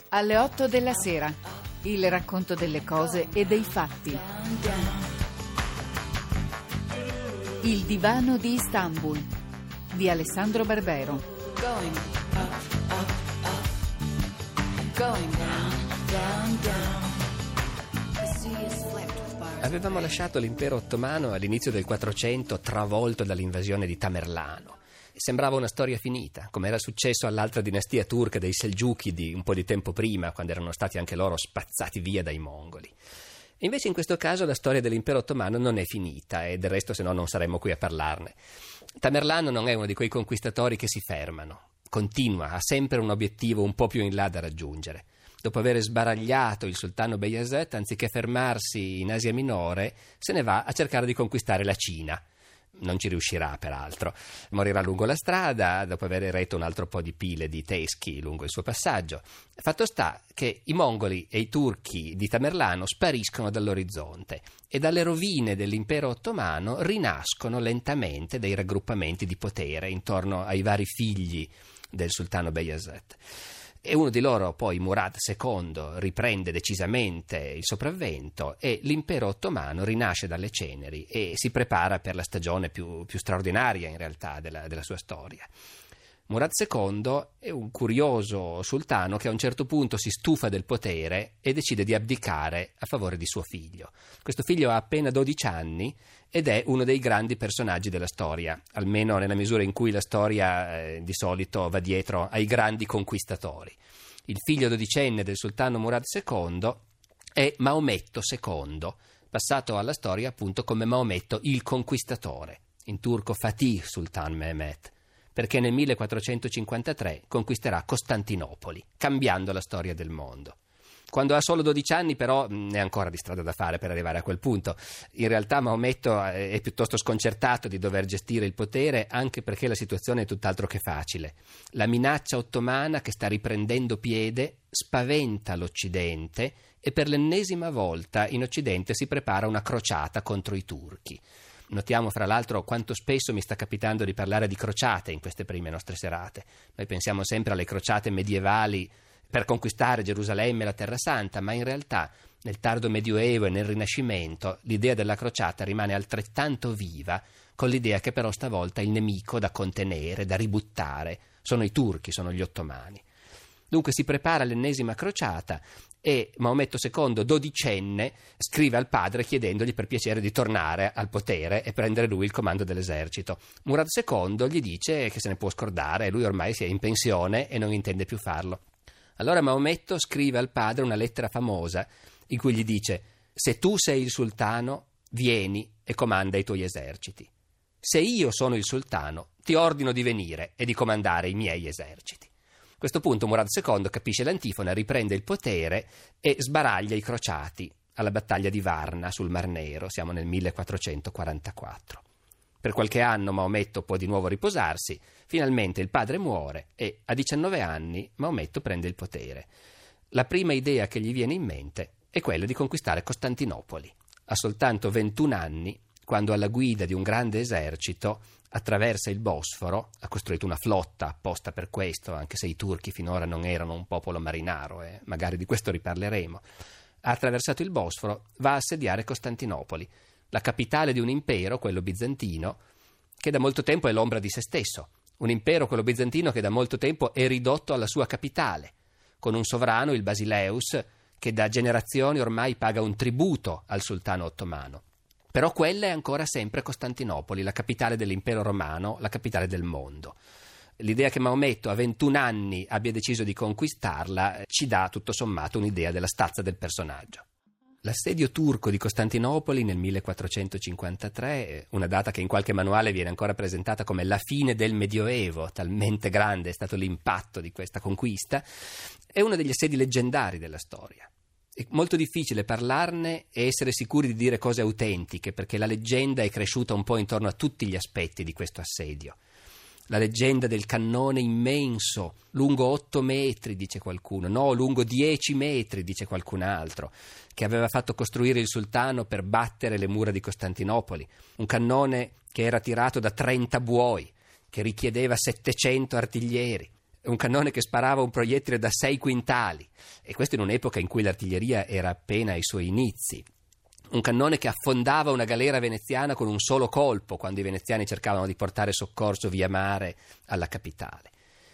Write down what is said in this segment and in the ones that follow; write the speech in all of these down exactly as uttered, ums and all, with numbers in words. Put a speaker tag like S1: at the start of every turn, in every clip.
S1: Alle otto della sera, il racconto delle cose e dei fatti. Il divano di Istanbul di Alessandro Barbero.
S2: Going up, up, up. Going down, down, down. The sea is flecked with barbed.
S3: Avevamo lasciato l'impero ottomano all'inizio del quattrocento, travolto dall'invasione di Tamerlano. Sembrava una storia finita, come era successo all'altra dinastia turca dei Selgiuchi di un po' di tempo prima, quando erano stati anche loro spazzati via dai mongoli. Invece in questo caso la storia dell'impero ottomano non è finita, e del resto se no non saremmo qui a parlarne. Tamerlano non è uno di quei conquistatori che si fermano, continua, ha sempre un obiettivo un po' più in là da raggiungere. Dopo aver sbaragliato il sultano Beyazet, anziché fermarsi in Asia Minore, se ne va a cercare di conquistare la Cina. Non ci riuscirà, peraltro. Morirà lungo la strada, dopo aver eretto un altro po' di pile di teschi lungo il suo passaggio. Fatto sta che i mongoli e i turchi di Tamerlano spariscono dall'orizzonte e dalle rovine dell'impero ottomano rinascono lentamente dei raggruppamenti di potere intorno ai vari figli del sultano Beyazet. E uno di loro, poi Murad secondo, riprende decisamente il sopravvento e l'impero ottomano rinasce dalle ceneri e si prepara per la stagione più, più straordinaria in realtà della, della sua storia. Murad secondo è un curioso sultano che a un certo punto si stufa del potere e decide di abdicare a favore di suo figlio. Questo figlio ha appena dodici anni ed è uno dei grandi personaggi della storia, almeno nella misura in cui la storia eh, di solito va dietro ai grandi conquistatori. Il figlio dodicenne del sultano Murad secondo è Maometto secondo, passato alla storia appunto come Maometto il conquistatore, in turco Fatih Sultan Mehmet, perché nel millequattrocentocinquantatré conquisterà Costantinopoli, cambiando la storia del mondo. Quando ha solo dodici anni però ne ha ancora di strada da fare per arrivare a quel punto. In realtà Maometto è piuttosto sconcertato di dover gestire il potere, anche perché la situazione è tutt'altro che facile. La minaccia ottomana che sta riprendendo piede spaventa l'Occidente e per l'ennesima volta in Occidente si prepara una crociata contro i turchi. Notiamo fra l'altro quanto spesso mi sta capitando di parlare di crociate in queste prime nostre serate. Noi pensiamo sempre alle crociate medievali per conquistare Gerusalemme e la Terra Santa, ma in realtà nel tardo Medioevo e nel Rinascimento l'idea della crociata rimane altrettanto viva, con l'idea che però stavolta il nemico da contenere, da ributtare, sono i turchi, sono gli ottomani. Dunque si prepara l'ennesima crociata e Maometto secondo, dodicenne, scrive al padre chiedendogli per piacere di tornare al potere e prendere lui il comando dell'esercito. Murad secondo gli dice che se ne può scordare, lui ormai si è in pensione e non intende più farlo. Allora Maometto scrive al padre una lettera famosa in cui gli dice: se tu sei il sultano, vieni e comanda i tuoi eserciti. Se io sono il sultano, ti ordino di venire e di comandare i miei eserciti. A questo punto Murad secondo capisce l'antifona, riprende il potere e sbaraglia i crociati alla battaglia di Varna sul Mar Nero, siamo nel millequattrocentoquarantaquattro. Per qualche anno Maometto può di nuovo riposarsi, finalmente il padre muore e a diciannove anni Maometto prende il potere. La prima idea che gli viene in mente è quella di conquistare Costantinopoli. Ha soltanto ventuno anni quando alla guida di un grande esercito attraversa il Bosforo, ha costruito una flotta apposta per questo, anche se i turchi finora non erano un popolo marinaro e magari di questo riparleremo. Ha attraversato il Bosforo, va a assediare Costantinopoli, la capitale di un impero, quello bizantino, che da molto tempo è l'ombra di se stesso. Un impero, quello bizantino, che da molto tempo è ridotto alla sua capitale, con un sovrano, il Basileus, che da generazioni ormai paga un tributo al sultano ottomano. Però quella è ancora sempre Costantinopoli, la capitale dell'impero romano, la capitale del mondo. L'idea che Maometto a ventuno anni abbia deciso di conquistarla ci dà tutto sommato un'idea della stazza del personaggio. L'assedio turco di Costantinopoli nel millequattrocentocinquantatré, una data che in qualche manuale viene ancora presentata come la fine del Medioevo, talmente grande è stato l'impatto di questa conquista, è uno degli assedi leggendari della storia. È molto difficile parlarne e essere sicuri di dire cose autentiche, perché la leggenda è cresciuta un po' intorno a tutti gli aspetti di questo assedio. La leggenda del cannone immenso, lungo otto metri, dice qualcuno, no, lungo dieci metri, dice qualcun altro, che aveva fatto costruire il sultano per battere le mura di Costantinopoli. Un cannone che era tirato da trenta buoi, che richiedeva settecento artiglieri. un cannone che sparava un proiettile da sei quintali, e questo in un'epoca in cui l'artiglieria era appena ai suoi inizi. Un cannone che affondava una galera veneziana con un solo colpo, quando i veneziani cercavano di portare soccorso via mare alla capitale.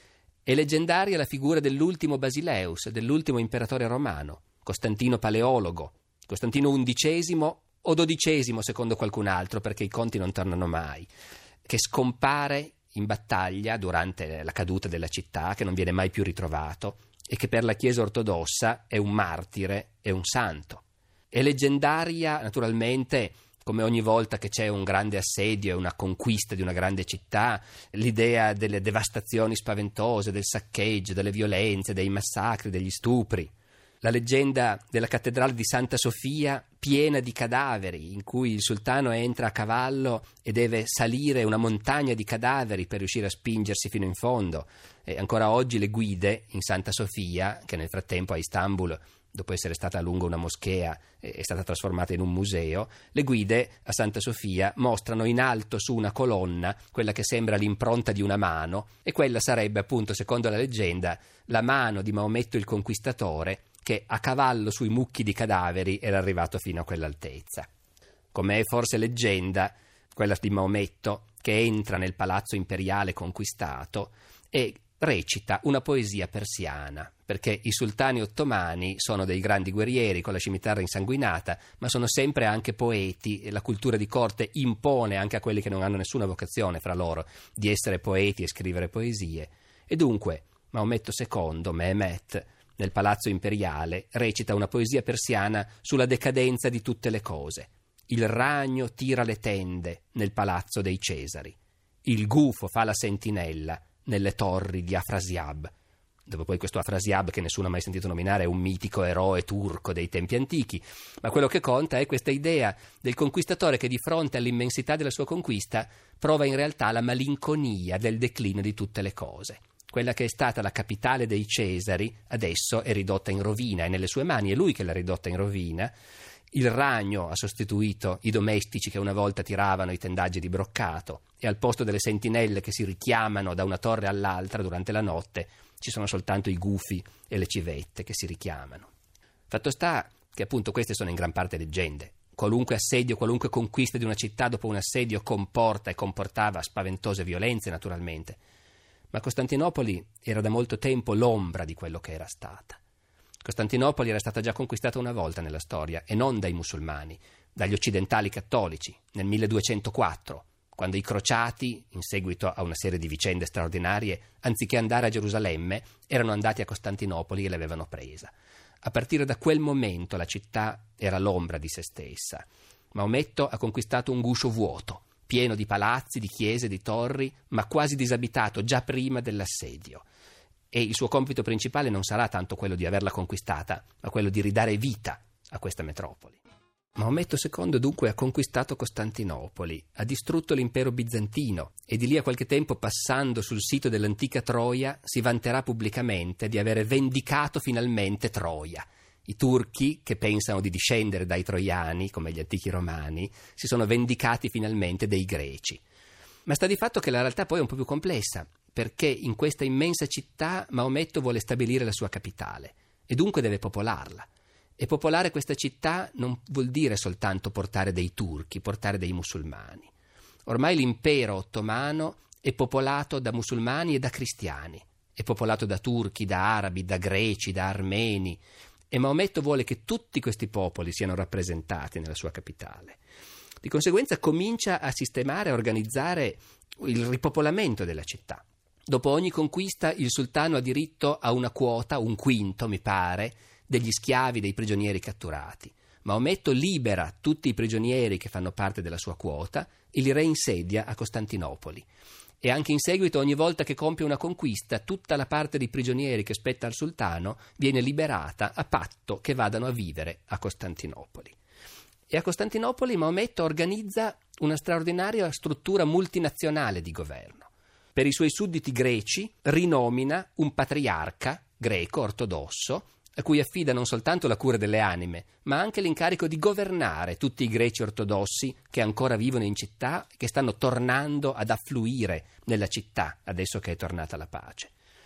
S3: È leggendaria la figura dell'ultimo Basileus, dell'ultimo imperatore romano, Costantino Paleologo, Costantino undicesimo o dodicesimo secondo qualcun altro, perché i conti non tornano mai, che scompare in battaglia durante la caduta della città, che non viene mai più ritrovato e che per la Chiesa ortodossa è un martire e un santo. È leggendaria, naturalmente, come ogni volta che c'è un grande assedio e una conquista di una grande città, l'idea delle devastazioni spaventose, del saccheggio, delle violenze, dei massacri, degli stupri. La leggenda della cattedrale di Santa Sofia piena di cadaveri, in cui il sultano entra a cavallo e deve salire una montagna di cadaveri per riuscire a spingersi fino in fondo. E ancora oggi le guide in Santa Sofia, che nel frattempo a Istanbul, dopo essere stata a lungo una moschea, è stata trasformata in un museo, le guide a Santa Sofia mostrano in alto su una colonna quella che sembra l'impronta di una mano, e quella sarebbe, appunto, secondo la leggenda, la mano di Maometto il Conquistatore, che a cavallo sui mucchi di cadaveri era arrivato fino a quell'altezza. Come è forse leggenda quella di Maometto che entra nel palazzo imperiale conquistato e recita una poesia persiana, perché i sultani ottomani sono dei grandi guerrieri con la scimitarra insanguinata, ma sono sempre anche poeti, e la cultura di corte impone anche a quelli che non hanno nessuna vocazione fra loro di essere poeti e scrivere poesie. E dunque Maometto secondo, Mehmet, nel palazzo imperiale recita una poesia persiana sulla decadenza di tutte le cose. Il ragno tira le tende nel palazzo dei Cesari, il gufo fa la sentinella nelle torri di Afrasiab, dove poi questo Afrasiab, che nessuno ha mai sentito nominare, è un mitico eroe turco dei tempi antichi, ma quello che conta è questa idea del conquistatore che di fronte all'immensità della sua conquista prova in realtà la malinconia del declino di tutte le cose. Quella che è stata la capitale dei Cesari adesso è ridotta in rovina, è nelle sue mani, è lui che l'ha ridotta in rovina. Il ragno ha sostituito i domestici che una volta tiravano i tendaggi di broccato, e al posto delle sentinelle che si richiamano da una torre all'altra durante la notte ci sono soltanto i gufi e le civette che si richiamano. Fatto sta che appunto queste sono in gran parte leggende. Qualunque assedio, qualunque conquista di una città dopo un assedio comporta e comportava spaventose violenze, naturalmente. Ma Costantinopoli era da molto tempo l'ombra di quello che era stata. Costantinopoli era stata già conquistata una volta nella storia, e non dai musulmani, dagli occidentali cattolici, nel milleduecentoquattro, quando i crociati, in seguito a una serie di vicende straordinarie, anziché andare a Gerusalemme, erano andati a Costantinopoli e l'avevano presa. A partire da quel momento la città era l'ombra di se stessa. Maometto ha conquistato un guscio vuoto, pieno di palazzi, di chiese, di torri, ma quasi disabitato già prima dell'assedio. E il suo compito principale non sarà tanto quello di averla conquistata, ma quello di ridare vita a questa metropoli. Maometto secondo dunque ha conquistato Costantinopoli, ha distrutto l'impero bizantino, e di lì a qualche tempo, passando sul sito dell'antica Troia, si vanterà pubblicamente di avere vendicato finalmente Troia. I turchi, che pensano di discendere dai troiani, come gli antichi romani, si sono vendicati finalmente dei greci. Ma sta di fatto che la realtà poi è un po' più complessa, perché in questa immensa città Maometto vuole stabilire la sua capitale, e dunque deve popolarla. E popolare questa città non vuol dire soltanto portare dei turchi, portare dei musulmani. Ormai l'impero ottomano è popolato da musulmani e da cristiani, è popolato da turchi, da arabi, da greci, da armeni, e Maometto vuole che tutti questi popoli siano rappresentati nella sua capitale. Di conseguenza comincia a sistemare, a organizzare il ripopolamento della città. Dopo ogni conquista il sultano ha diritto a una quota, un quinto mi pare, degli schiavi, dei prigionieri catturati. Maometto libera tutti i prigionieri che fanno parte della sua quota e li reinsedia a Costantinopoli. E anche in seguito, ogni volta che compie una conquista, tutta la parte di prigionieri che spetta al sultano viene liberata a patto che vadano a vivere a Costantinopoli. E a Costantinopoli Maometto organizza una straordinaria struttura multinazionale di governo. Per i suoi sudditi greci rinomina un patriarca greco ortodosso a cui affida non soltanto la cura delle anime, ma anche l'incarico di governare tutti i greci ortodossi che ancora vivono in città e che stanno tornando ad affluire nella città adesso che è tornata la pace.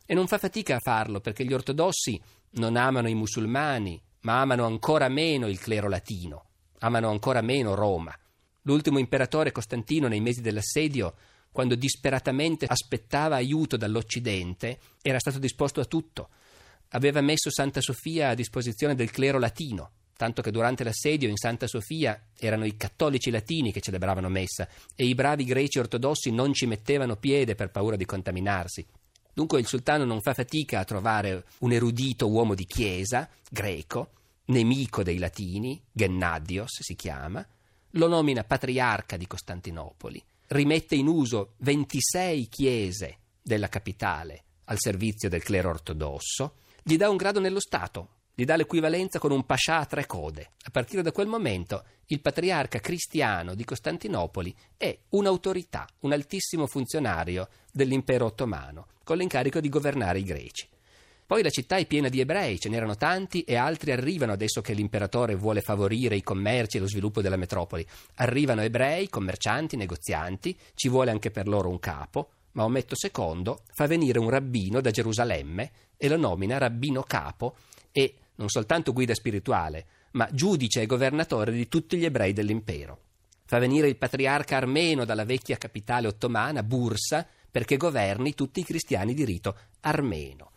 S3: E non fa fatica a farlo, perché gli ortodossi non amano i musulmani, ma amano ancora meno il clero latino, amano ancora meno Roma. L'ultimo imperatore Costantino, nei mesi dell'assedio, quando disperatamente aspettava aiuto dall'Occidente, era stato disposto a tutto. Aveva messo Santa Sofia a disposizione del clero latino, tanto che durante l'assedio in Santa Sofia erano i cattolici latini che celebravano messa e i bravi greci ortodossi non ci mettevano piede per paura di contaminarsi. Dunque il sultano non fa fatica a trovare un erudito uomo di chiesa, greco, nemico dei latini, Gennadios si chiama, lo nomina patriarca di Costantinopoli, rimette in uso ventisei chiese della capitale al servizio del clero ortodosso, gli dà un grado nello Stato, gli dà l'equivalenza con un pascià a tre code. A partire da quel momento il patriarca cristiano di Costantinopoli è un'autorità, un altissimo funzionario dell'impero ottomano, con l'incarico di governare i greci. Poi la città è piena di ebrei, ce n'erano tanti e altri arrivano adesso che l'imperatore vuole favorire i commerci e lo sviluppo della metropoli. Arrivano ebrei, commercianti, negozianti, ci vuole anche per loro un capo. Maometto secondo fa venire un rabbino da Gerusalemme e lo nomina rabbino capo e non soltanto guida spirituale, ma giudice e governatore di tutti gli ebrei dell'impero. Fa venire il patriarca armeno dalla vecchia capitale ottomana, Bursa, perché governi tutti i cristiani di rito armeno.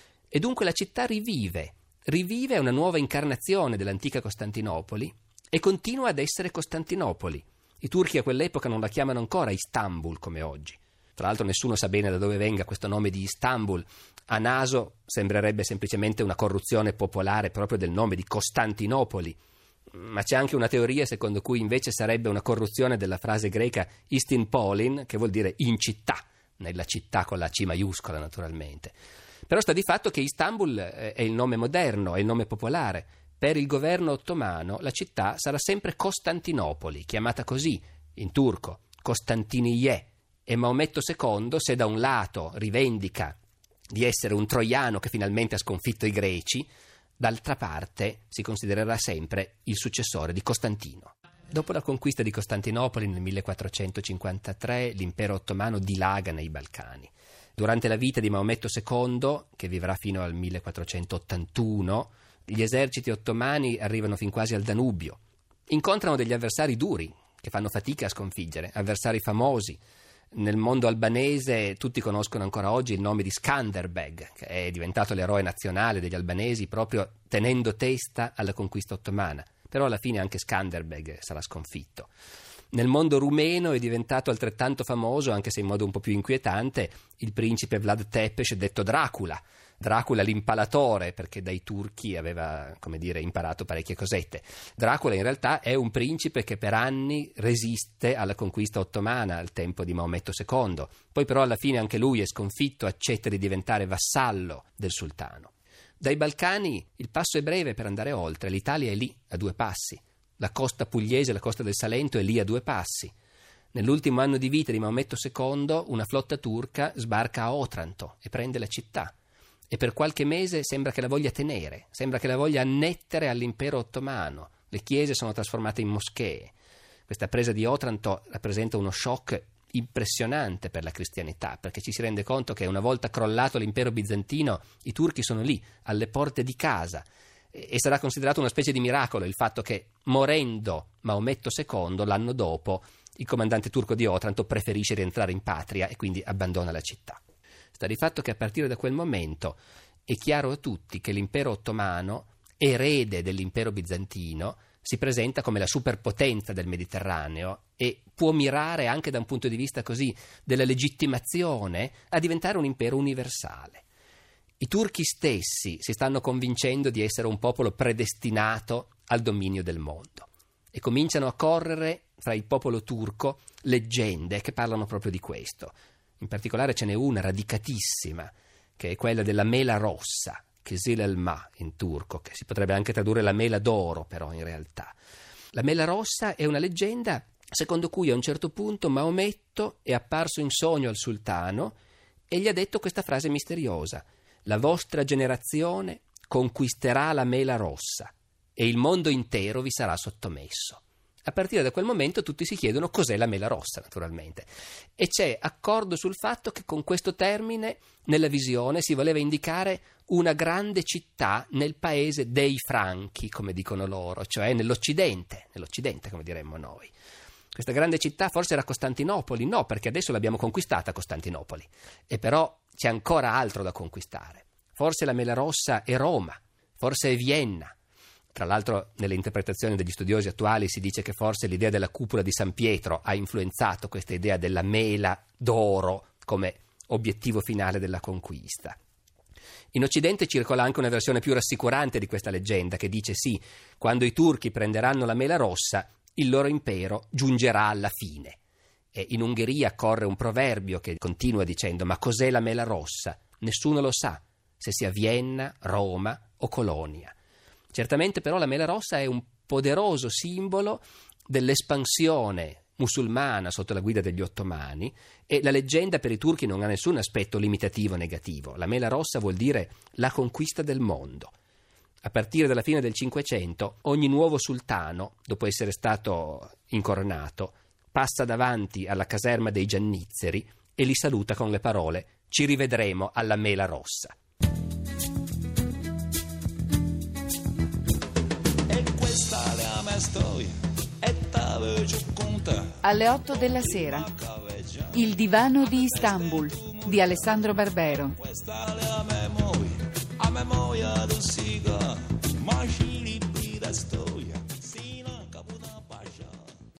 S3: E dunque la città rivive, rivive una nuova incarnazione dell'antica Costantinopoli e continua ad essere Costantinopoli. I turchi a quell'epoca non la chiamano ancora Istanbul come oggi. Tra l'altro nessuno sa bene da dove venga questo nome di Istanbul. A naso sembrerebbe semplicemente una corruzione popolare proprio del nome di Costantinopoli, ma c'è anche una teoria secondo cui invece sarebbe una corruzione della frase greca Istin Polin, che vuol dire in città, nella città con la C maiuscola naturalmente. Però sta di fatto che Istanbul è il nome moderno, è il nome popolare. Per il governo ottomano la città sarà sempre Costantinopoli, chiamata così in turco, Costantiniye. E Maometto secondo, se da un lato rivendica di essere un troiano che finalmente ha sconfitto i greci, d'altra parte si considererà sempre il successore di Costantino. Dopo la conquista di Costantinopoli nel millequattrocentocinquantatré, l'impero ottomano dilaga nei Balcani. Durante la vita di Maometto secondo, che vivrà fino al millequattrocentottantuno, gli eserciti ottomani arrivano fin quasi al Danubio. Incontrano degli avversari duri, che fanno fatica a sconfiggere, avversari famosi. Nel mondo albanese tutti conoscono ancora oggi il nome di Skanderbeg, che è diventato l'eroe nazionale degli albanesi proprio tenendo testa alla conquista ottomana. Però alla fine anche Skanderbeg sarà sconfitto. Nel mondo rumeno è diventato altrettanto famoso, anche se in modo un po' più inquietante, il principe Vlad Tepes, detto Dracula. Dracula l'impalatore, perché dai turchi aveva, come dire, imparato parecchie cosette. Dracula in realtà è un principe che per anni resiste alla conquista ottomana al tempo di Maometto secondo. Poi però alla fine anche lui è sconfitto, accetta di diventare vassallo del sultano. Dai Balcani il passo è breve per andare oltre, l'Italia è lì, a due passi. La costa pugliese, la costa del Salento è lì a due passi. Nell'ultimo anno di vita di Maometto secondo una flotta turca sbarca a Otranto e prende la città. E per qualche mese sembra che la voglia tenere, sembra che la voglia annettere all'impero ottomano. Le chiese sono trasformate in moschee. Questa presa di Otranto rappresenta uno shock impressionante per la cristianità, perché ci si rende conto che una volta crollato l'impero bizantino i turchi sono lì, alle porte di casa, e sarà considerato una specie di miracolo il fatto che, morendo Maometto secondo, l'anno dopo il comandante turco di Otranto preferisce rientrare in patria e quindi abbandona la città. Sta di fatto che a partire da quel momento è chiaro a tutti che l'impero ottomano, erede dell'impero bizantino, si presenta come la superpotenza del Mediterraneo e può mirare anche da un punto di vista così della legittimazione a diventare un impero universale. I turchi stessi si stanno convincendo di essere un popolo predestinato al dominio del mondo e cominciano a correre fra il popolo turco leggende che parlano proprio di questo. In particolare ce n'è una radicatissima, che è quella della mela rossa, Kızıl elma in turco, che si potrebbe anche tradurre la mela d'oro, però in realtà. La mela rossa è una leggenda secondo cui a un certo punto Maometto è apparso in sogno al sultano e gli ha detto questa frase misteriosa: la vostra generazione conquisterà la mela rossa e il mondo intero vi sarà sottomesso. A partire da quel momento tutti si chiedono cos'è la mela rossa, naturalmente, e c'è accordo sul fatto che con questo termine nella visione si voleva indicare una grande città nel paese dei Franchi, come dicono loro, cioè nell'Occidente, nell'Occidente come diremmo noi. Questa grande città forse era Costantinopoli? No, perché adesso l'abbiamo conquistata Costantinopoli, e però c'è ancora altro da conquistare. Forse la mela rossa è Roma, forse è Vienna. Tra l'altro nelle interpretazioni degli studiosi attuali si dice che forse l'idea della cupola di San Pietro ha influenzato questa idea della mela d'oro come obiettivo finale della conquista. In Occidente circola anche una versione più rassicurante di questa leggenda che dice sì, quando i turchi prenderanno la mela rossa il loro impero giungerà alla fine. E in Ungheria corre un proverbio che continua dicendo ma cos'è la mela rossa? Nessuno lo sa, se sia Vienna, Roma o Colonia. Certamente però la mela rossa è un poderoso simbolo dell'espansione musulmana sotto la guida degli ottomani e la leggenda per i turchi non ha nessun aspetto limitativo negativo. La mela rossa vuol dire la conquista del mondo. A partire dalla fine del Cinquecento ogni nuovo sultano, dopo essere stato incoronato, passa davanti alla caserma dei Giannizzeri e li saluta con le parole «Ci rivedremo alla mela rossa».
S1: Alle otto della sera, Il divano di Istanbul di Alessandro Barbero.
S4: Questa è la memoria, a memoria del sigaro,